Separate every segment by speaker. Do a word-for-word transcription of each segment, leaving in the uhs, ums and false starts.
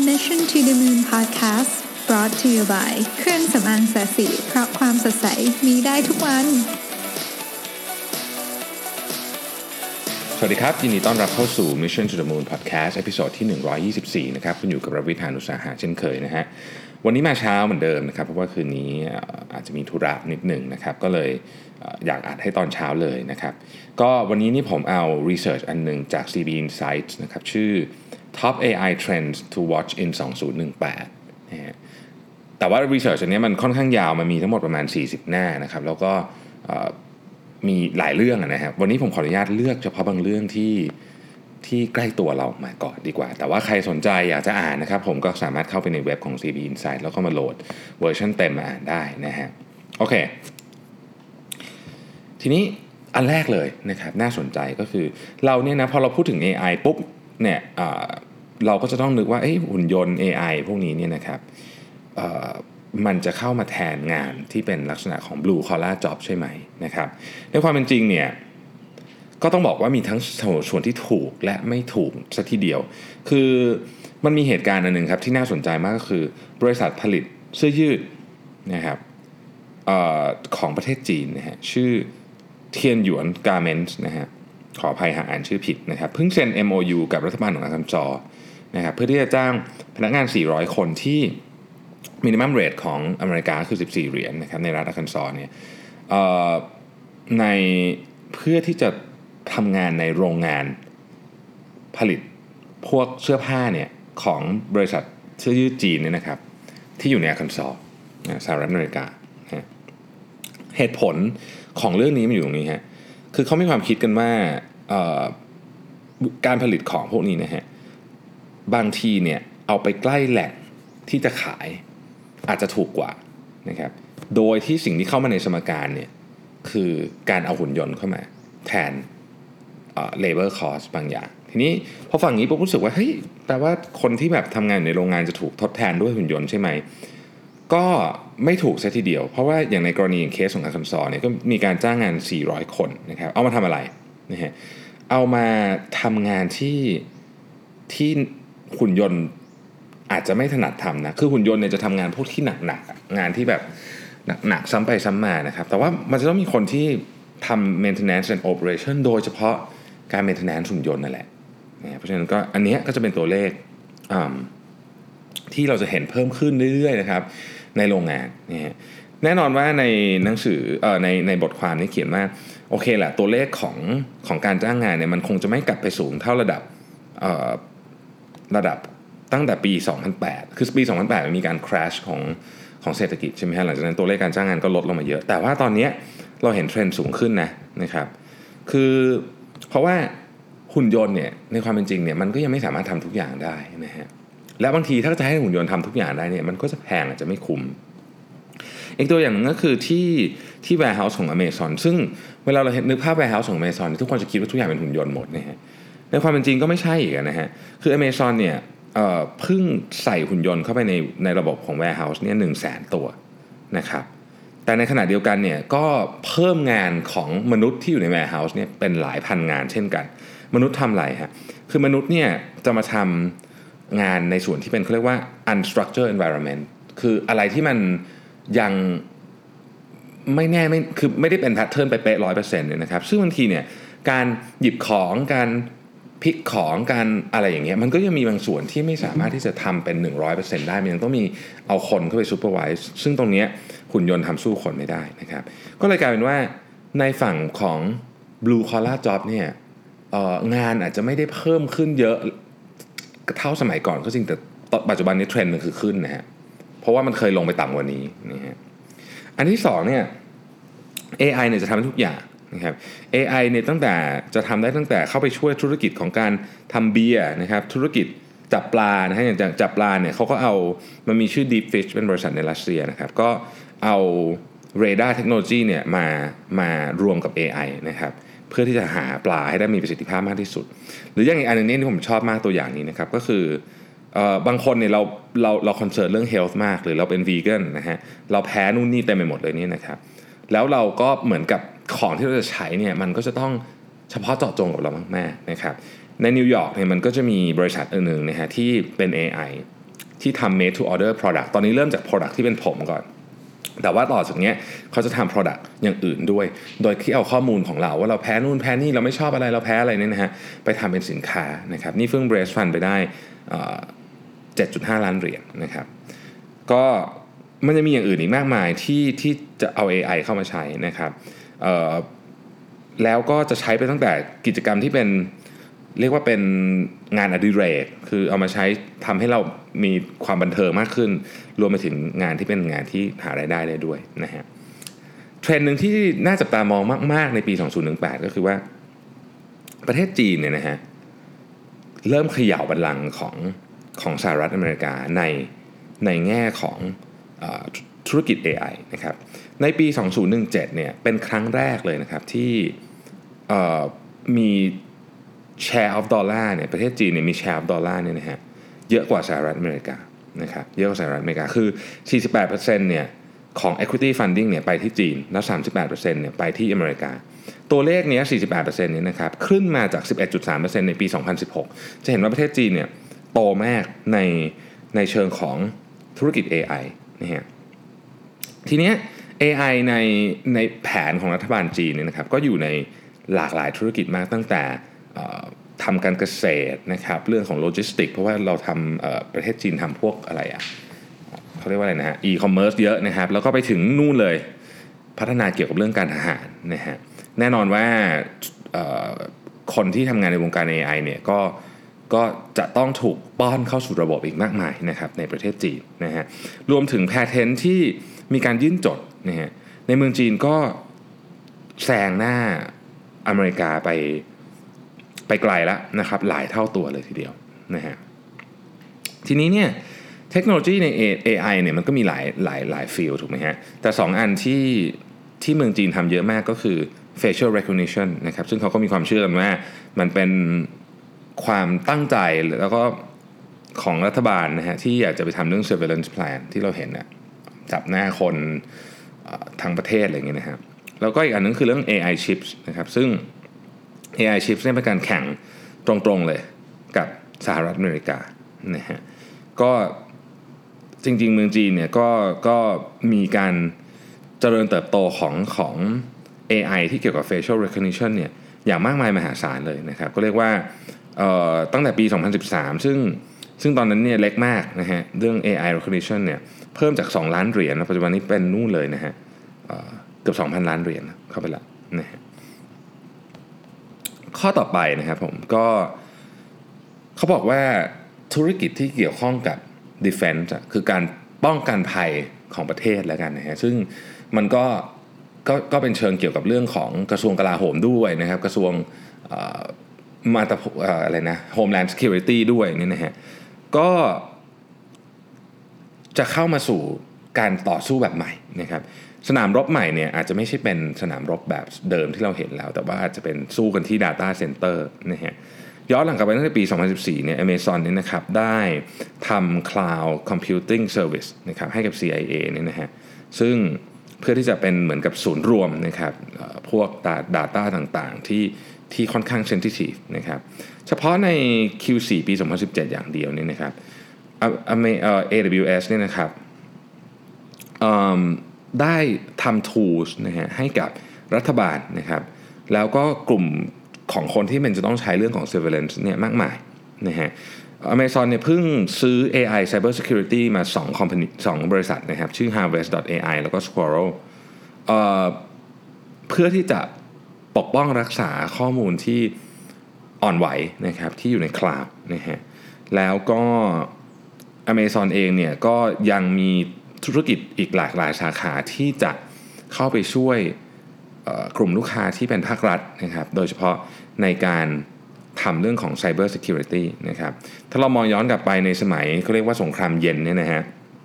Speaker 1: Mission to the Moon Podcast brought to you by เครื่องสำอางแสสีเพราะความสดใสมีได้ทุกวัน
Speaker 2: สวัสดีครับยินดีต้อนรับเข้าสู่ Mission to the Moon Podcast ตอนที่หนึ่งร้อยยี่สิบสี่นะครับคุณอยู่กับรวิทย์ หาญอุตสาหะเช่นเคยนะฮะวันนี้มาเช้าเหมือนเดิมนะครับเพราะว่าคืนนี้อาจจะมีธุระนิดหนึ่งนะครับก็เลยอยากอัดให้ตอนเช้าเลยนะครับก็วันนี้นี่ผมเอา research อันหนึงจาก ซี บี Insights นะครับชื่อ Top เอ ไอ Trends to Watch in สองพันสิบแปดนะฮะแต่ว่า research อันนี้มันค่อนข้างยาวมันมีทั้งหมดประมาณสี่สิบหน้านะครับแล้วก็มีหลายเรื่องนะครับวันนี้ผมขออนุญาตเลือกเฉพาะบางเรื่องที่ที่ใกล้ตัวเรามาก่อนดีกว่าแต่ว่าใครสนใจอยากจะอ่านนะครับผมก็สามารถเข้าไปในเว็บของ ซี บี Insight แล้วก็มาโหลดเวอร์ชันเต็มมาอ่านได้นะฮะโอเคทีนี้อันแรกเลยนะครับน่าสนใจก็คือเราเนี่ยนะพอเราพูดถึง เอ ไอ ปุ๊บเนี่ยเอ่อเราก็จะต้องนึกว่าเอ้ยหุ่นยนต์ เอ ไอ พวกนี้เนี่ยนะครับเอ่อมันจะเข้ามาแทนงานที่เป็นลักษณะของ blue collar job ใช่ไหมนะครับในความเป็นจริงเนี่ยก็ต้องบอกว่ามีทั้งส่วนที่ถูกและไม่ถูกซะทีเดียวคือมันมีเหตุการณ์อันนึงครับที่น่าสนใจมากก็คือบริษัทผลิตเสื้อยืดนะครับเอ่อของประเทศจีนนะฮะชื่อเทียนหยวนการ์เมนต์นะฮะขออภัยหากอ่านชื่อผิดนะครับเพิ่งเซ็น เอ็ม โอ ยู กับรัฐบาลของอาคันซอนะครับเพื่อที่จะจ้างพนักงานสี่ร้อยคนที่minimum rate ของอเมริกาคือสิบสี่เหรียญนะครับในรัฐอาคันซอเนี่ยในเพื่อที่จะทำงานในโรงงานผลิตพวกเสื้อผ้าเนี่ยของบริษัทเสื้อยืดจีนเนี่ยนะครับที่อยู่ในอาคันซอสหรัฐอเมริกาเหตุผลของเรื่องนี้มันอยู่ตรงนี้ฮะคือเขามีความคิดกันว่าการผลิตของพวกนี้นะฮะบางทีเนี่ยเอาไปใกล้แหล่งที่จะขายอาจจะถูกกว่านะครับโดยที่สิ่งที่เข้ามาในสมการเนี่ยคือการเอาหุ่นยนต์เข้ามาแทนเอ่อ labor cost บางอย่างทีนี้พอฟังอย่างนี้ปุ๊บรู้สึกว่าเฮ้ยแปลว่าคนที่แบบทำงานในโรงงานจะถูกทดแทนด้วยหุ่นยนต์ใช่ไหมก็ไม่ถูกซะทีเดียวเพราะว่าอย่างในกรณีอย่างเคสของอาคันซอเนี่ยก็มีการจ้างงานสี่ร้อยคนนะครับเอามาทำอะไรนะฮะเอามาทำงานที่ที่หุ่นยนต์อาจจะไม่ถนัดทำนะคือหุ่นยนต์เนี่ยจะทำงานพวกที่หนักๆงานที่แบบหนักๆซ้ำไปซ้ำมานะครับแต่ว่ามันจะต้องมีคนที่ทำ maintenance and operation โดยเฉพาะการ maintenance หุ่นยนต์นั่นแหละนะเพราะฉะนั้นก็อันนี้ก็จะเป็นตัวเลขที่เราจะเห็นเพิ่มขึ้นเรื่อยๆนะครับในโรงงานนะฮะแน่นอนว่าในหนังสือเอ่อในในบทความนี้เขียนว่าโอเคแหละตัวเลขของของการจ้างงานเนี่ยมันคงจะไม่กลับไปสูงเท่าระดับเอ่อระดับตั้งแต่ปีสองพันแปดคือปีสองพันแปดมันมีการ crash ของของเศรษฐกิจใช่ไหมฮะหลังจากนั้นตัวเลขการจ้างงานก็ลดลงมาเยอะแต่ว่าตอนนี้เราเห็นเทรนด์สูงขึ้นนะนะครับคือเพราะว่าหุ่นยนต์เนี่ยในความเป็นจริงเนี่ยมันก็ยังไม่สามารถทำทุกอย่างได้นะฮะและบางทีถ้าจะให้หุ่นยนต์ทำทุกอย่างได้เนี่ยมันก็จะแพงอาจจะไม่คุ้มอีกตัวอย่างนึงก็คือที่ที่ warehouse ของ Amazon ซึ่งเวลาเราเห็นนึกภาพ warehouse ของ Amazon ทุกคนจะคิดว่าทุกอย่างเป็นหุ่นยนต์หมดนะฮะในความเป็นจริงก็ไม่ใช่อีกนะฮะคือ Amazon เนี่ยเอ่อเพิ่งใส่หุ่นยนต์เข้าไปในในระบบของ warehouse เนี่ย หนึ่งแสน ตัวนะครับแต่ในขณะเดียวกันเนี่ยก็เพิ่มงานของมนุษย์ที่อยู่ใน warehouse เนี่ยเป็นหลายพันงานเช่นกันมนุษย์ทำอะไรฮะคือมนุษย์เนี่ยจะมาทำงานในส่วนที่เป็นเขาเรียกว่า unstructured environment คืออะไรที่มันยังไม่แน่ไม่คือไม่ได้เป็นแพทเทิร์นไปเป๊ะ ร้อยเปอร์เซ็นต์ เนี่ยนะครับซึ่งบางทีเนี่ยการหยิบของการพลิกของการอะไรอย่างเงี้ยมันก็ยังมีบางส่วนที่ไม่สามารถที่จะทำเป็น หนึ่งร้อยเปอร์เซ็นต์ ได้มันยังต้องมีเอาคนเข้าไปซูเปอร์ไวส์ซึ่งตรงนี้หุ่นยนต์ทำสู้คนไม่ได้นะครับก็เลยกลายเป็นว่าในฝั่งของ blue collar job เนี่ยเอ่องานอาจจะไม่ได้เพิ่มขึ้นเยอะเท่าสมัยก่อนก็จริงแต่ปัจจุบันนี้เทรนด์มันคือขึ้นนะฮะเพราะว่ามันเคยลงไปต่ำกว่านี้นะฮะอันที่สองเนี่ย เอ ไอ เนี่ยจะทำได้ทุกอย่างนะครับ เอ ไอ เนี่ยตั้งแต่จะทำได้ตั้งแต่เข้าไปช่วยธุรกิจของการทำเบียร์นะครับธุรกิจจับปลานะฮะอย่างจับปลาเนี่ยเขาก็เอามันมีชื่อ Deep Fish เป็นบริษัทในรัสเซียนะครับก็เอาเรดาร์เทคโนโลยีเนี่ยมามารวมกับ เอ ไอ นะครับเพื่อที่จะหาปลาให้ได้มีประสิทธิภาพมากที่สุดหรืออย่างอีกอันนึงที่ผมชอบมากตัวอย่างนี้นะครับก็คือเอ่อบางคนเนี่ยเราเราเราคอนเซิร์นเรื่อง health มากหรือเราเป็นวีแกนนะฮะเราแพ้นู่นนี่เต็มไปหมดเลยนี่นะครับแล้วเราก็เหมือนกับของที่เราจะใช้เนี่ยมันก็จะต้องเฉพาะเจาะจงกับเรามากๆนะครับในนิวยอร์กเนี่ยมันก็จะมีบริษัทอันนึงนะฮะที่เป็น เอ ไอที่ทำ made to order product ตอนนี้เริ่มจาก product ที่เป็นผมก่อนแต่ว่าต่อจากนี้เขาจะทำ product อย่างอื่นด้วยโดยที่เอาข้อมูลของเราว่าเราแพ้นู่นแพ้นี่เราไม่ชอบอะไรเราแพ้อะไรเนี่ยนะฮะไปทำเป็นสินค้านะครับนี่เพิ่ง raise fund ไปได้ เจ็ดจุดห้า ล้านเหรียญนะครับก็มันจะมีอย่างอื่นอีกมากมายที่ที่จะเอา เอ ไอ เข้ามาใช้นะครับแล้วก็จะใช้ไปตั้งแต่กิจกรรมที่เป็นเรียกว่าเป็นงานอดิเรกคือเอามาใช้ทำให้เรามีความบันเทิงมากขึ้นรวมไปถึงงานที่เป็นงานที่หารายได้ได้ด้วยนะฮะเทรนด์หนึ่งที่น่าจับตามองมากๆในปีสองพันสิบแปดก็คือว่าประเทศจีนเนี่ยนะฮะเริ่มเขย่าบัลลังก์ของของสหรัฐอเมริกาในในแง่ของเอ่อธุรกิจ เอ ไอ นะครับในปีสองพันสิบเจ็ดเนี่ยเป็นครั้งแรกเลยนะครับที่เอ่อมี share of dollar เนี่ยประเทศจีนเนี่ยมี share of dollar เนี่ยนะฮะเยอะกว่าสหรัฐอเมริกานะครับเยอะกว่าสหรัฐอเมริกาคือ สี่สิบแปดเปอร์เซ็นต์ เนี่ยของ equity funding เนี่ยไปที่จีนแล้ว สามสิบแปดเปอร์เซ็นต์ เนี่ยไปที่อเมริกาตัวเลขเนี้ย สี่สิบแปดเปอร์เซ็นต์ เนี่ยนะครับขึ้นมาจาก สิบเอ็ดจุดสามเปอร์เซ็นต์ ในปีสองพันสิบหกจะเห็นว่าประเทศจีนเนี่ยโตมากในในเชิงของธุรกิจ เอ ไอ นะฮะทีเนี้ย เอ ไอ ในในแผนของรัฐบาลจีนเนี่ยนะครับก็อยู่ในหลากหลายธุรกิจมากตั้งแต่ทำการเกษตรนะครับเรื่องของโลจิสติกเพราะว่าเราทำประเทศจีนทำพวกอะไรอ่ะเขาเรียกว่าอะไรนะฮะอีคอมเมิร์ซเยอะนะครับแล้วก็ไปถึงนู่นเลยพัฒนาเกี่ยวกับเรื่องการทหารนะฮะแน่นอนว่าคนที่ทำงานในวงการ เอ ไอ เนี่ยก็ก็จะต้องถูกป้อนเข้าสู่ระบบอีกมากมายนะครับในประเทศจีนนะฮะรวมถึงแพทเทนต์ที่มีการยื่นจดนะฮะในเมืองจีนก็แซงหน้าอเมริกาไปไปไกลแล้วนะครับหลายเท่าตัวเลยทีเดียวนะฮะทีนี้เนี่ยเทคโนโลยีใน เอ ไอ เนี่ยมันก็มีหลายหลายหลายฟิลด์ถูกไหมฮะแต่สองอันที่ที่เมืองจีนทำเยอะมากก็คือ facial recognition นะครับซึ่งเขาก็มีความเชื่อกันว่ามันเป็นความตั้งใจแล้วก็ของรัฐบาลนะฮะที่อยากจะไปทำเรื่อง surveillance plan ที่เราเห็นนะจับหน้าคนทั้งประเทศอะไรอย่างเงี้ยนะครับแล้วก็อีกอันนึงคือเรื่อง เอ ไอ chips นะครับซึ่ง เอ ไอ chips เนี่ยเป็นการแข่งตรงๆเลยกับสหรัฐอเมริกานะฮะก็จริงๆเมืองจีนเนี่ยก็ก็มีการเจริญเติบโตของของ เอ ไอ ที่เกี่ยวกับ facial recognition เนี่ยอย่างมากมายมหาศาลเลยนะครับก็เรียกว่าตั้งแต่ปีสองพันสิบสามซึ่งซึ่งตอนนั้นเนี่ยเล็กมากนะฮะเรื่อง เอ ไอ recognition เนี่ยเพิ่มจากสองล้านเหรียญปัจจุบันนี้เป็นนู่นเลยนะฮะ เ, เกือบ สองพัน ล้านเหรียญเข้าไปแล้วนะฮะข้อต่อไปนะครับผมก็เขาบอกว่าธุรกิจที่เกี่ยวข้องกับ defense คือการป้องกันภัยของประเทศแล้วกันนะฮะซึ่งมันก็ก็ก็เป็นเชิงเกี่ยวกับเรื่องของกระทรวงกลาโหมด้วยนะครับกระทรวงมาตรอะไรนะ Homeland Security ด้วยนี่นะฮะก็จะเข้ามาสู่การต่อสู้แบบใหม่นะครับสนามรบใหม่เนี่ยอาจจะไม่ใช่เป็นสนามรบแบบเดิมที่เราเห็นแล้วแต่ว่าอาจจะเป็นสู้กันที่ data center นะฮะย้อนหลังกลับไปตั้งแต่ปีสองพันสิบสี่เนี่ย Amazon เนี่ยนะครับได้ทำ cloud computing service นะครับให้กับ ซี ไอ เอ เนี่ยนะฮะซึ่งเพื่อที่จะเป็นเหมือนกับศูนย์รวมนะครับพวก data ต่างๆที่ที่ค่อนข้าง sensitive นะครับเฉพาะใน คิว โฟร์ ปีสองพันสิบเจ็ดอย่างเดียวเนี่ยนะครับ เอ ดับเบิลยู เอส เนี่ยนะครับได้ทำ tools นะฮะให้กับรัฐบาลนะครับแล้วก็กลุ่มของคนที่มันจะต้องใช้เรื่องของ surveillance เนี่ยมากมายนะฮะ Amazon เนี่ยเพิ่งซื้อ เอ ไอ Cyber Security มาสอง company สองบริษัทนะครับชื่อ harvest ดอท เอ ไอ แล้วก็ Squirrel เอ่อเพื่อที่จะปกป้องรักษาข้อมูลที่อ่อนไหวนะครับที่อยู่ในคลาวด์นะฮะแล้วก็ Amazon เองเนี่ยก็ยังมีธุรกิจอีกหลากหลายสาขาที่จะเข้าไปช่วยกลุ่มลูกค้าที่เป็นภาครัฐนะครับโดยเฉพาะในการทำเรื่องของ Cyber Security นะครับถ้าเรามองย้อนกลับไปในสมัยเขาเรียกว่าสงครามเย็นเนี่ยนะฮะ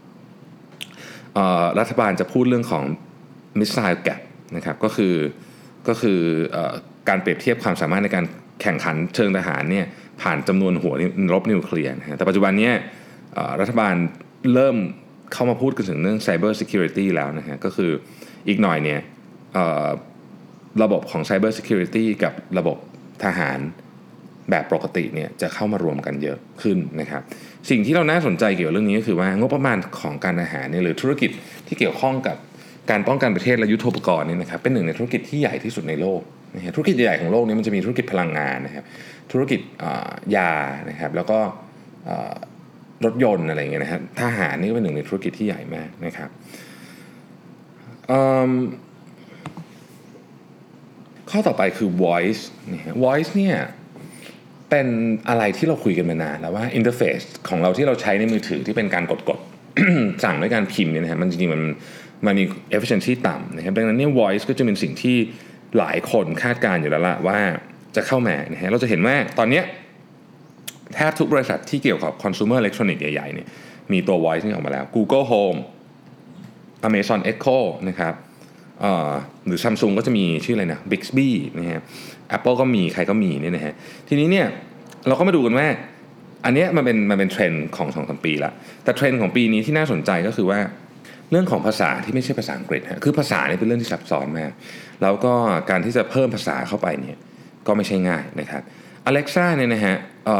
Speaker 2: รัฐบาลจะพูดเรื่องของ Missile Gap นะครับก็คือก็คือการเปรียบเทียบความสามารถในการแข่งขันเชิงทหารเนี่ยผ่านจำนวนหัวรบนิวเคลียร์นะแต่ปัจจุบันนี้รัฐบาลเริ่มเข้ามาพูดกันถึงเรื่อง Cyber Security แล้วนะฮะก็คืออีกหน่อยเนี่ยระบบของ Cyber Security กับระบบทหารแบบปกติเนี่ยจะเข้ามารวมกันเยอะขึ้นนะครับสิ่งที่เราน่าสนใจเกี่ยวกับเรื่องนี้ก็คือว่างบประมาณของการอาหารเนี่ยหรือธุรกิจที่เกี่ยวข้องกับการป้องกันประเทศและยุทโธปกรณ์เนี่ยนะครับเป็นหนึ่งในธุรกิจที่ใหญ่ที่สุดในโลกนะฮะธุรกิจใหญ่ของโลกนี้มันจะมีธุรกิจพลังงานนะครับธุรกิจยานะครับแล้วก็รถยนต์อะไรเงี้ยนะฮะทหารนี่ก็เป็นหนึ่งในธุรกิจที่ใหญ่มากนะครับข้อต่อไปคือ voice นะฮะ voice เนี่ยเป็นอะไรที่เราคุยกันมานานแล้วว่า interface ของเราที่เราใช้ในมือถือที่เป็นการกดๆ สั่งด้วยการพิมพ์เนี่ยนะฮะมันจริงๆมันมันมี efficiency ต่ำนะครับดังนั้นเนี่ย voice ก็จะเป็นสิ่งที่หลายคนคาดการณ์อยู่แล้วล่ะว่าจะเข้ามานะฮะเราจะเห็นว่าตอนนี้แทบทุกบริษัทที่เกี่ยวกับ consumer electronics ใหญ่ๆเนี่ยมีตัว voice นี่ออกมาแล้ว Google Home Amazon Echo นะครับหรือ Samsung ก็จะมีชื่ออะไรนะ Bixby นะฮะ Apple ก็มีใครก็มีเนี่ยนะฮะทีนี้เนี่ยเราก็มาดูกันว่าอันนี้มันเป็นมันเป็นเทรนด์ของ สองถึงสาม ปีละแต่เทรนด์ของปีนี้ที่น่าสนใจก็คือว่าเรื่องของภาษาที่ไม่ใช่ภาษาอังกฤษฮะคือภาษาเนี่ยเป็นเรื่องที่ซับซ้อนมากแล้วก็การที่จะเพิ่มภาษาเข้าไปเนี่ยก็ไม่ใช่ง่ายนะครับ Alexa เนี่ยนะฮะ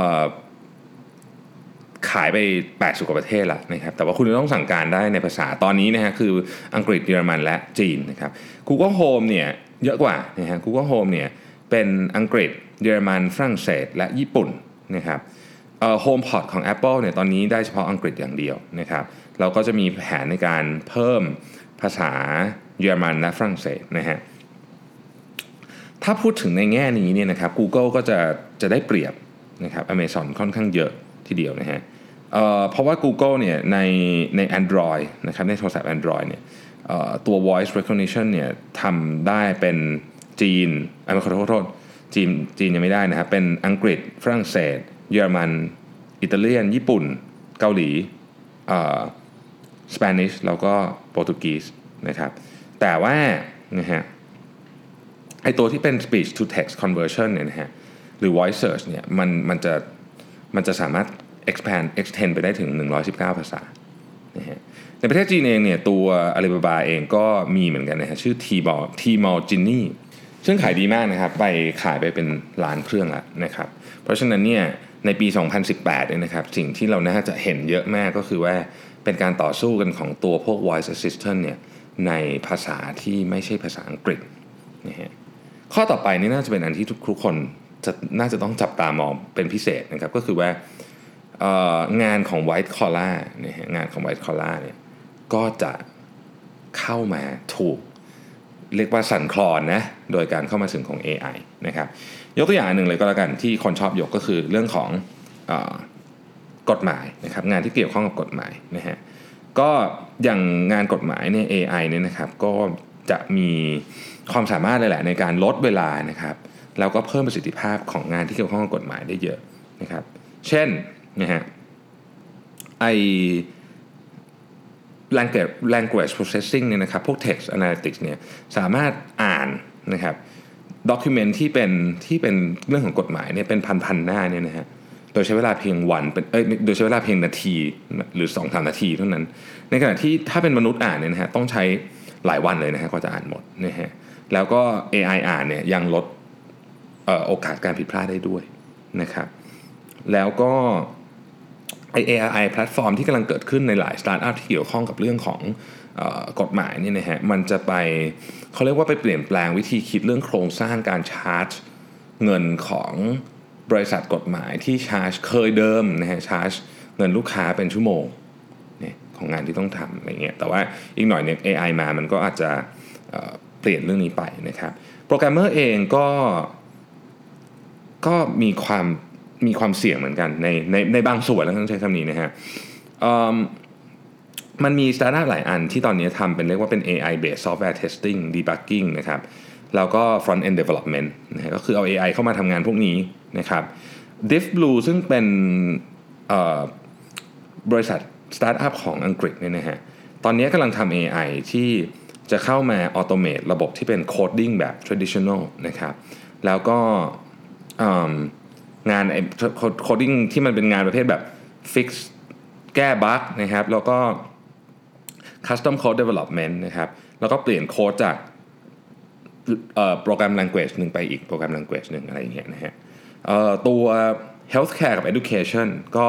Speaker 2: ขายไปแปดสิบกว่าประเทศละนะครับแต่ว่าคุณต้องสั่งการได้ในภาษาตอนนี้นะฮะคืออังกฤษเยอรมันและจีนนะครับ Google Home เนี่ยเยอะกว่านะฮะ Google Home เนี่ยเป็นอังกฤษเยอรมันฝรั่งเศสและญี่ปุ่นนะครับเอ่อ HomePod ของ Apple เนี่ยตอนนี้ได้เฉพาะอังกฤษอย่างเดียวนะครับเราก็จะมีแผนในการเพิ่มภาษาเยอรมันและฝรั่งเศสนะฮะถ้าพูดถึงในแง่นี้เนี่ยนะครับ Google ก็จะจะได้เปรียบนะครับ Amazon ค่อนข้างเยอะทีเดียวนะฮะ เอ่อเพราะว่า Google เนี่ยในใน Android นะครับในโทรศัพท์ Android เนี่ยเอ่อตัว voice recognition เนี่ยทำได้เป็นจีนอ่าขอโทษขอโทษจีนจีนยังไม่ได้นะครับเป็นอังกฤษฝรั่งเศสเยอรมันอิตาเลียนญี่ปุ่นเกาหลีเอ่อสเปนิชแล้วก็โปรตุเกสนะครับแต่ว่านะฮะไอตัวที่เป็น speech to text conversion เนี่ยนะฮะหรือ voice search เนี่ยมันมันจะมันจะสามารถ expand extend ไปได้ถึงหนึ่งร้อยสิบเก้าภาษานะฮะในประเทศจีนเองเนี่ยตัว Alibaba เองก็มีเหมือนกันนะฮะชื่อ Tmall Tmall Genie ซึ่งขายดีมากนะครับไปขายไปเป็นล้านเครื่องแล้วนะครับเพราะฉะนั้นเนี่ยในปีสองพันสิบแปดเนี่ยนะครับสิ่งที่เราน่าจะเห็นเยอะมากก็คือว่าเป็นการต่อสู้กันของตัวพวก voice assistant เนี่ยในภาษาที่ไม่ใช่ภาษาอังกฤษนะฮะข้อต่อไปนี่น่าจะเป็นอันที่ทุกคนจะน่าจะต้องจับตามองเป็นพิเศษนะครับก็คือว่างานของ white collar เนี่ยงานของ white collar เนี่ยก็จะเข้ามาถูกเรียกว่าสั่นคลอนนะโดยการเข้ามาถึงของ เอ ไอ นะครับยกตัวอย่างหนึ่งเลยก็แล้วกันที่คนชอบยกก็คือเรื่องของเอ่อกฎหมายนะครับงานที่เกี่ยวข้องกับกฎหมายนะฮะก็อย่างงานกฎหมายเนี่ย เอ ไอ เนี่ยนะครับก็จะมีความสามารถเลยแหละในการลดเวลานะครับแล้วก็เพิ่มประสิทธิภาพของงานที่เกี่ยวข้องกับกฎหมายได้เยอะนะครับเช่นนะฮะไอ language language processing เนี่ยนะครับพวก text analytics เนี่ยสามารถอ่านนะครับ document ที่เป็นที่เป็นเรื่องของกฎหมายเนี่ยเป็นพันๆหน้าเนี่ยนะฮะโดยใช้เวลาเพียงวันเป็นเอ้ยโดยใช้เวลาเพียงนาทีหรือ สองถึงสาม นาทีเท่านั้นในขณะที่ถ้าเป็นมนุษย์อ่านเนี่ยนะฮะต้องใช้หลายวันเลยนะฮะกว่าจะอ่านหมดนะฮะแล้วก็ เอ ไอ อ่านเนี่ยยังลดเอ่อโอกาสการผิดพลาดได้ด้วยนะครับแล้วก็ไอ เอ ไอ แพลตฟอร์มที่กำลังเกิดขึ้นในหลายสตาร์ทอัพที่เกี่ยวข้องกับเรื่องของเอ่อกฎหมายนี่นะฮะมันจะไปเขาเรียกว่าไปเปลี่ยนแปลงวิธีคิดเรื่องโครงสร้างการชาร์จเงินของบริษัทกฎหมายที่ชาร์จเคยเดิมนะฮะชาร์จเงินลูกค้าเป็นชั่วโมงเนี่ยของงานที่ต้องทำอะไรเงี้ยแต่ว่าอีกหน่อยเนี่ย เอ ไอ มามันก็อาจจะเอ่อเปลี่ยนเรื่องนี้ไปนะครับโปรแกรมเมอร์เองก็ก็มีความมีความเสี่ยงเหมือนกันในในในบางส่วนแล้วต้องใช้คำนี้นะฮะมันมีสตาร์ทอัพหลายอันที่ตอนนี้ทำเป็นเรียกว่าเป็น เอ ไอ based software testing debugging นะครับแล้วก็ front end development นะฮะก็คือเอา เอ ไอ เข้ามาทำงานพวกนี้นะครับ DeepBlue ซึ่งเป็นบริษัทสตาร์ทอัพของอังกฤษเนี่ยนะฮะตอนนี้กำลังทำ เอ ไอ ที่จะเข้ามา automate ระบบที่เป็น coding แบบ traditional นะครับแล้วก็งานไอ้ coding ที่มันเป็นงานประเภทแบบ fix แก้บั๊กนะครับแล้วก็ custom code development นะครับแล้วก็เปลี่ยนโค้ดจากเอ่อโปรแกรม language หนึ่งไปอีกโปรแกรม language หนึ่งอะไรอย่างเงี้ยนะฮะเอ่อตัว healthcare กับ education ก็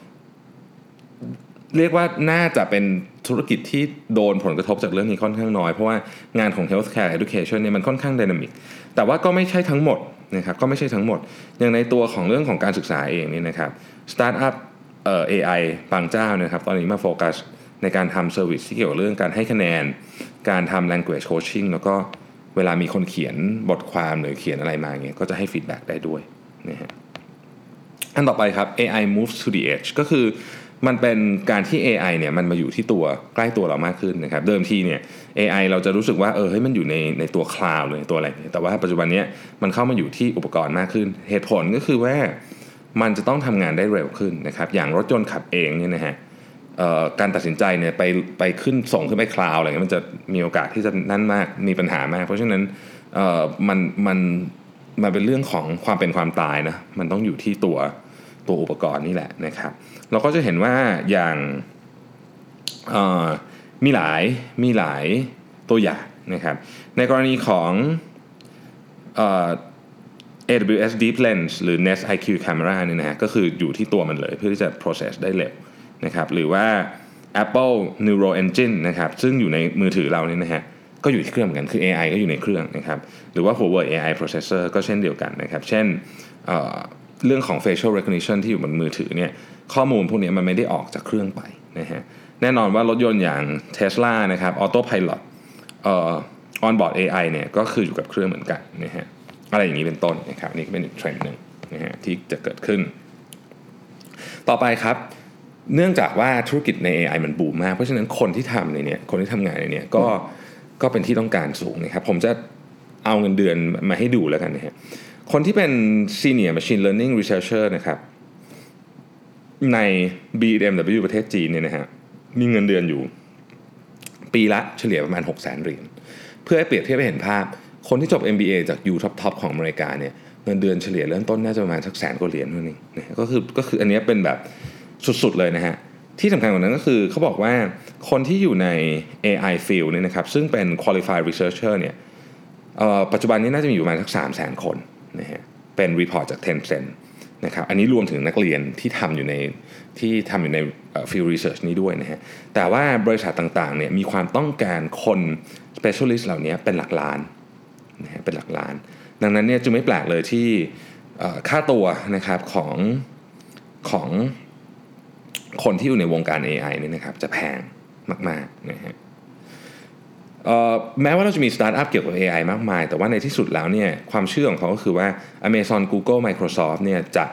Speaker 2: เรียกว่าน่าจะเป็นธุรกิจที่โดนผลกระทบจากเรื่องนี้ค่อนข้างน้อยเพราะว่างานของ healthcare education เนี่ยมันค่อนข้าง dynamic แต่ว่าก็ไม่ใช่ทั้งหมดนะครับก็ไม่ใช่ทั้งหมดอย่างในตัวของเรื่องของการศึกษาเองนี่นะครับ startup เอ่อ เอ ไอ บางเจ้านะครับตอนนี้มาโฟกัสในการทำเซอร์วิสที่เกี่ยวกับเรื่องการให้คะแนนการทำ language coaching แล้วก็เวลามีคนเขียนบทความหรือเขียนอะไรมาเงี้ยก็จะให้ feedback ได้ด้วยนะฮะอันต่อไปครับ เอ ไอ moves to the edge ก็คือมันเป็นการที่ เอ ไอ เนี่ยมันมาอยู่ที่ตัวใกล้ตัวเรามากขึ้นนะครับเดิมทีเนี่ย เอ ไอ เราจะรู้สึกว่าเออเฮ้ยมันอยู่ในในตัวคลาวด์เลยตัวอะไรแต่ว่าปัจจุบันนี้มันเข้ามาอยู่ที่อุปกรณ์มากขึ้นเหตุผลก็คือว่ามันจะต้องทำงานได้เร็วขึ้นนะครับอย่างรถยนต์ขับเองเนี่ยนะฮะการตัดสินใจเนี่ยไปไปขึ้นส่งขึ้นไปคลาวด์อะไรเงี้ยมันจะมีโอกาสที่จะนั่นมากมีปัญหามากเพราะฉะนั้นมันมันมันเป็นเรื่องของความเป็นความตายนะมันต้องอยู่ที่ตัวตัวอุปกรณ์นี่แหละนะครับเราก็จะเห็นว่าอย่างมีหลายมีหลายตัวอย่างนะครับในกรณีของเอ่อ เอ ดับเบิลยู เอส Deep Lens หรือ Nest ไอ คิว Camera เนี่ยนะฮะก็คืออยู่ที่ตัวมันเลยเพื่อที่จะ process ได้เร็วนะครับหรือว่า Apple Neural Engine นะครับซึ่งอยู่ในมือถือเราเนี่ยนะฮะก็อยู่ที่เครื่องเหมือนกันคือ เอ ไอ ก็อยู่ในเครื่องนะครับหรือว่า Huawei เอ ไอ Processor ก็เช่นเดียวกันนะครับเช่นเอ่อเรื่องของ facial recognition ที่อยู่บนมือถือเนี่ยข้อมูลพวกนี้มันไม่ได้ออกจากเครื่องไปนะฮะแน่นอนว่ารถยนต์อย่าง Tesla นะครับ Autopilot เอ่อ onboard เอ ไอ เนี่ยก็คืออยู่กับเครื่องเหมือนกันนะฮะอะไรอย่างนี้เป็นต้นนะครับนี่ก็เป็นอีกเทรนด์นึงนะฮะที่จะเกิดขึ้นต่อไปครับเนื่องจากว่าธุรกิจใน เอ ไอ มันบูมมากเพราะฉะนั้นคนที่ทำในเนี่ยคนที่ทำงานในเนี่ยก็ก็เป็นที่ต้องการสูงนะครับผมจะเอาเงินเดือนมาให้ดูแล้วกันนะฮะคนที่เป็น Senior Machine Learning Researcher นะครับใน บี เอ็ม ดับเบิลยู ประเทศจีนเนี่ยนะฮะมีเงินเดือนอยู่ปีละเฉลี่ยประมาณ หกแสน เหรียญเพื่อให้เปรียบเทียบให้เห็นภาพคนที่จบ เอ็ม บี เอ จาก U Top Top ของอเมริกาเนี่ยเงินเดือนเฉลี่ยเริ่มต้นน่าจะประมาณสักแสนกว่าเหรียญเท่านี้นะก็คือก็คืออันนี้เป็นแบบสุดๆเลยนะฮะที่สำคัญกว่านั้นก็คือเขาบอกว่าคนที่อยู่ใน เอ ไอ field เนี่ยนะครับซึ่งเป็น qualified researcher เนี่ยปัจจุบันนี้น่าจะมีอยู่ประมาณสัก สามแสน คนนะฮะเป็นรีพอร์ตจาก Tencent นะครับอันนี้รวมถึงนักเรียนที่ทำอยู่ในที่ทำอยู่ใน field research นี้ด้วยนะฮะแต่ว่าบริษัทต่างๆเนี่ยมีความต้องการคน specialist เหล่านี้เป็นหลักล้านนะฮะเป็นหลักล้านดังนั้นเนี่ยจึงไม่แปลกเลยที่ค่าตัวนะครับของของคนที่อยู่ในวงการ เอ ไอ เนี่ยนะครับจะแพงมากๆนะฮะแม้ว่าเราจะมีสตาร์ทอัพเกี่ยวกับ เอ ไอ มากมายแต่ว่าในที่สุดแล้วเนี่ยความเชื่อของเขาก็คือว่า Amazon Google Microsoft เนี่ยจะ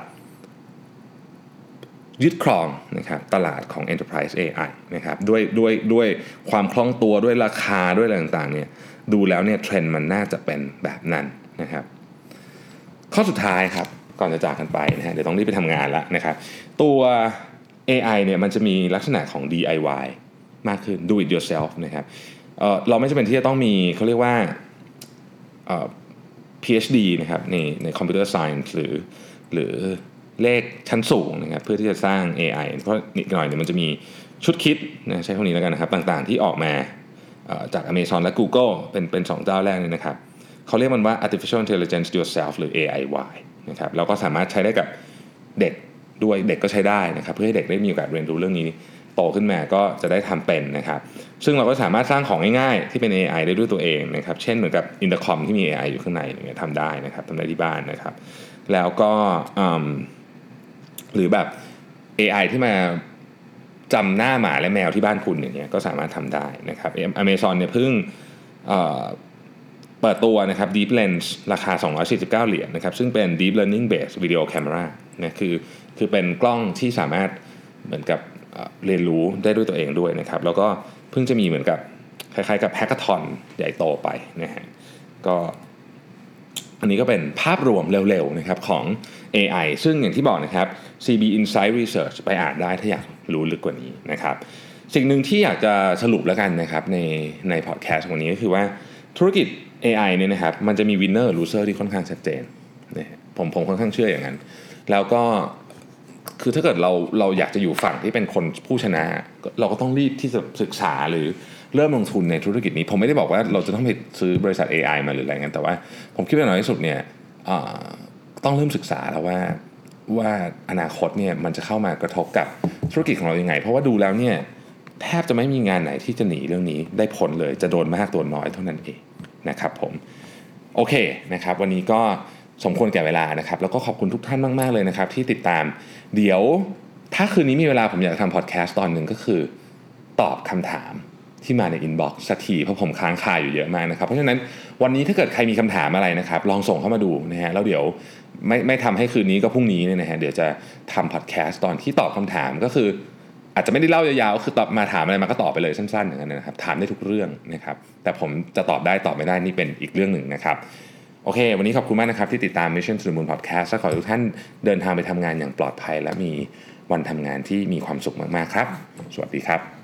Speaker 2: ยึดครองนะครับตลาดของ Enterprise เอ ไอ นะครับด้วยด้วยด้วยความคล่องตัวด้วยราคาด้วยอะไรต่างๆเนี่ยดูแล้วเนี่ยเทรนด์มันน่าจะเป็นแบบนั้นนะครับข้อสุดท้ายครับก่อนจะจากกันไปนะฮะเดี๋ยวต้องรีบไปทำงานแล้วนะครับตัว เอ ไอ เนี่ยมันจะมีลักษณะของ ดี ไอ วาย มากขึ้น do it yourself นะครับ เอ่อเราไม่จำเป็นที่จะต้องมีเขาเรียกว่าเอ่อ พี เอช ดี นะครับในใน Computer Science หรือหรือเลขชั้นสูงนะครับเพื่อที่จะสร้าง เอ ไอ เพราะนิดหน่อยเนี่ยมันจะมีชุดคิดนะใช้คำนี้แล้วกันนะครับต่างๆที่ออกมาจาก Amazon และ Google เป็นเป็นสองเจ้าแรกนี่นะครับเขาเรียกมันว่า Artificial Intelligence Yourself หรือ เอ ไอ วาย นะครับแล้วก็สามารถใช้ได้กับเด็กด้วยเด็กก็ใช้ได้นะครับเพื่อให้เด็กได้มีโอกาสเรียนรู้เรื่องนี้โตขึ้นมาก็จะได้ทำเป็นนะครับซึ่งเราก็สามารถสร้างของง่ายๆที่เป็น เอ ไอ ได้ด้วยตัวเองนะครับเช่นเหมือนกับอินเตอร์คอมที่มี เอ ไอ อยู่ข้างในอย่างเงี้ยทำได้นะครับทำได้ที่บ้านนะครับแล้วก็หรือแบบ เอ ไอ ที่มาจำหน้าหมาและแมวที่บ้านคุณอย่างเงี้ยก็สามารถทำได้นะครับ Amazon เนี่ยเพิ่งเอ่อเปิดตัวนะครับ Deep Lens ราคาสองร้อยสี่สิบเก้าเหรียญนะครับซึ่งเป็น Deep Learning Based Video Camera นะคือคือเป็นกล้องที่สามารถเหมือนกับเรียนรู้ได้ด้วยตัวเองด้วยนะครับแล้วก็เพิ่งจะมีเหมือนกับคล้ายๆกับแฮกเกอร์ทอนใหญ่โตไปนะฮะก็อันนี้ก็เป็นภาพรวมเร็วๆนะครับของ เอ ไอ ซึ่งอย่างที่บอกนะครับ ซี บี Insight Research ไปอ่านได้ถ้าอยากรู้ลึกกว่านี้นะครับสิ่งหนึ่งที่อยากจะสรุปแล้วกันนะครับในในพอดแคสต์วันนี้ก็คือว่าธุรกิจ เอ ไอ เนี่ยนะครับมันจะมี winner loser ที่ค่อนข้างชัดเจนนะผมผมค่อนข้างเชื่ออย่างนั้นแล้วก็คือถ้าเกิดเราเราอยากจะอยู่ฝั่งที่เป็นคนผู้ชนะเราก็ต้องรีบที่จะศึกษาหรือเริ่มลงทุนในธุรกิจนี้ผมไม่ได้บอกว่าเราจะต้องไปซื้อบริษัท เอ ไอ มาหรืออะไรเงี้ยแต่ว่าผมคิดว่าน้อยที่สุดเนี่ยต้องเริ่มศึกษาแล้วว่าว่าอนาคตเนี่ยมันจะเข้ามากระทบกับธุรกิจของเรายังไงเพราะว่าดูแล้วเนี่ยแทบจะไม่มีงานไหนที่จะหนีเรื่องนี้ได้พ้นเลยจะโดนมากโดนน้อยเท่านั้นเองนะครับผมโอเคนะครับวันนี้ก็สมควรแก่เวลานะครับแล้วก็ขอบคุณทุกท่านมากๆเลยนะครับที่ติดตามเดี๋ยวถ้าคืนนี้มีเวลาผมอยากทำพอดแคสต์ตอนหนึ่งก็คือตอบคำถามที่มาในอินบ็อกซ์สักทีเพราะผมค้างคาอยู่เยอะมากนะครับเพราะฉะนั้นวันนี้ถ้าเกิดใครมีคำถามอะไรนะครับลองส่งเข้ามาดูนะฮะแล้วเดี๋ยวไม่ไม่ทำให้คืนนี้ก็พรุ่งนี้เนี่ยนะฮะเดี๋ยวจะทำพอดแคสต์ตอนที่ตอบคำถามก็คืออาจจะไม่ได้เล่ายาวๆคือตอบมาถามอะไรมาก็ตอบไปเลยสั้นๆอย่างนั้นนะครับถามได้ทุกเรื่องนะครับแต่ผมจะตอบได้ตอบไม่ได้นี่เป็นอีกเรื่องหนึ่งนะครับโอเควันนี้ขอบคุณมากนะครับที่ติดตาม Mission to the Moon Podcast และขอให้ทุกท่านเดินทางไปทำงานอย่างปลอดภัยและมีวันทำงานที่มีความสุขมากๆครับสวัสดีครับ